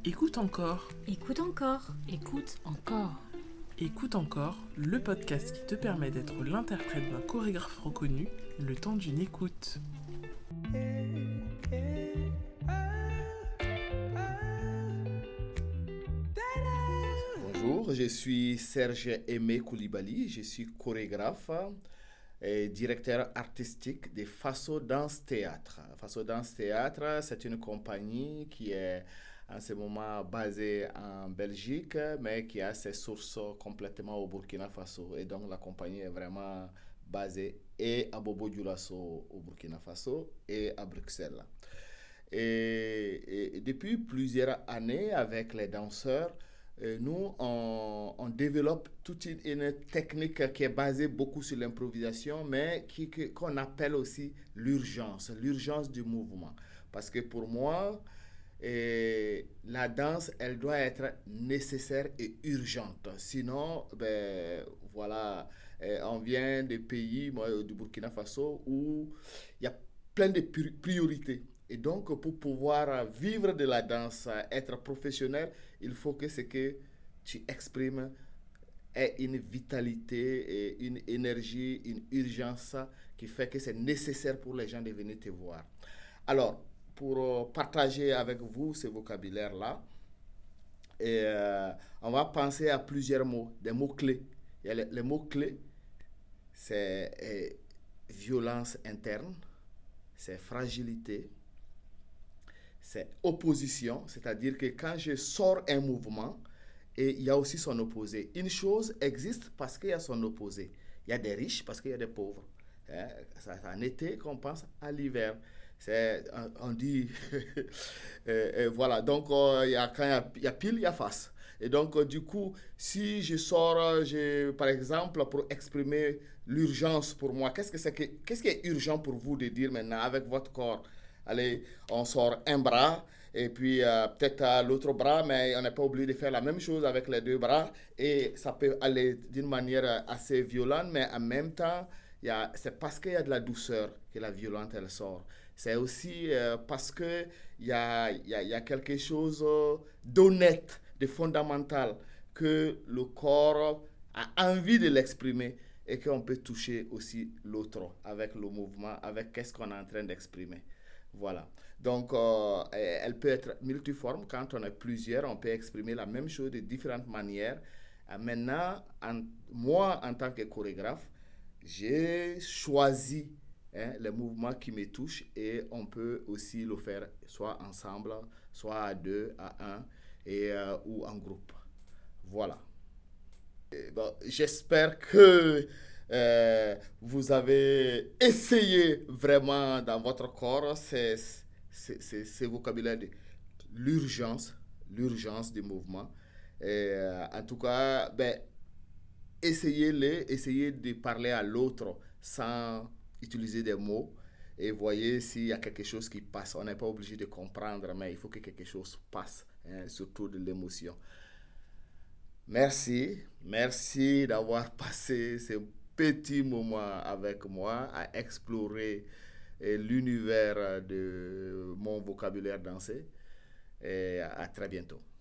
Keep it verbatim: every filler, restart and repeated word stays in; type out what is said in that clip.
Écoute encore. Écoute encore. Écoute encore. Écoute encore, le podcast qui te permet d'être l'interprète d'un chorégraphe reconnu le temps d'une écoute. Bonjour, je suis Serge Aimé Koulibaly, je suis chorégraphe et directeur artistique de Faso Danse Théâtre. Faso Danse Théâtre, c'est une compagnie qui est en ce moment basée en Belgique, mais qui a ses sources complètement au Burkina Faso. Et donc la compagnie est vraiment basée et à Bobo Dioulasso au Burkina Faso et à Bruxelles. Et, et depuis plusieurs années, avec les danseurs, nous, on, on développe toute une, une technique qui est basée beaucoup sur l'improvisation, mais qui, qui, qu'on appelle aussi l'urgence, l'urgence du mouvement. Parce que pour moi, et la danse, elle doit être nécessaire et urgente. Sinon, ben, voilà, on vient des pays, moi, du Burkina Faso, où il y a plein de priorités. Et donc, pour pouvoir vivre de la danse, être professionnel, il faut que ce que tu exprimes ait une vitalité, et une énergie, une urgence qui fait que c'est nécessaire pour les gens de venir te voir. Alors, pour partager avec vous ce vocabulaire-là, et, euh, on va penser à plusieurs mots, des mots-clés. Il y a les, les mots-clés, c'est euh, violence interne, c'est fragilité, c'est opposition, c'est-à-dire que quand je sors un mouvement, et il y a aussi son opposé. Une chose existe parce qu'il y a son opposé. Il y a des riches parce qu'il y a des pauvres. Hein? C'est en été qu'on pense à l'hiver. C'est, on dit, et, et voilà, donc euh, y a, quand il y a, il y a pile, il y a face. Et donc, euh, du coup, si je sors, je, par exemple, pour exprimer l'urgence pour moi, qu'est-ce que c'est que, qu'est-ce qui est urgent pour vous de dire maintenant avec votre corps? Allez, on sort un bras et puis euh, peut-être euh, l'autre bras, mais on n'est pas obligé de faire la même chose avec les deux bras. Et ça peut aller d'une manière assez violente, mais en même temps, y a, c'est parce qu'il y a de la douceur que la violence, elle sort. C'est aussi euh, parce qu'il y a, y, a, y a quelque chose d'honnête, de fondamental, que le corps a envie de l'exprimer et qu'on peut toucher aussi l'autre avec le mouvement, avec qu'est-ce qu'on est en train d'exprimer. Voilà. Donc, euh, elle peut être multiforme. Quand on est plusieurs, on peut exprimer la même chose de différentes manières. Euh, maintenant, en, moi, en tant que chorégraphe, j'ai choisi hein, les mouvements qui me touchent et on peut aussi le faire soit ensemble, soit à deux, à un et, euh, ou en groupe. Voilà. Et bon, j'espère que euh, vous avez essayé vraiment dans votre corps ces, ces, ces, ces vocabulaires de l'urgence, l'urgence du mouvement. Et, euh, en tout cas, ben, essayez-les, essayez de parler à l'autre sans utiliser des mots et voyez s'il y a quelque chose qui passe. On n'est pas obligé de comprendre, mais il faut que quelque chose passe, hein, surtout de l'émotion. Merci, merci d'avoir passé ce petit moment avec moi à explorer eh, l'univers de mon vocabulaire dansé. Et à très bientôt.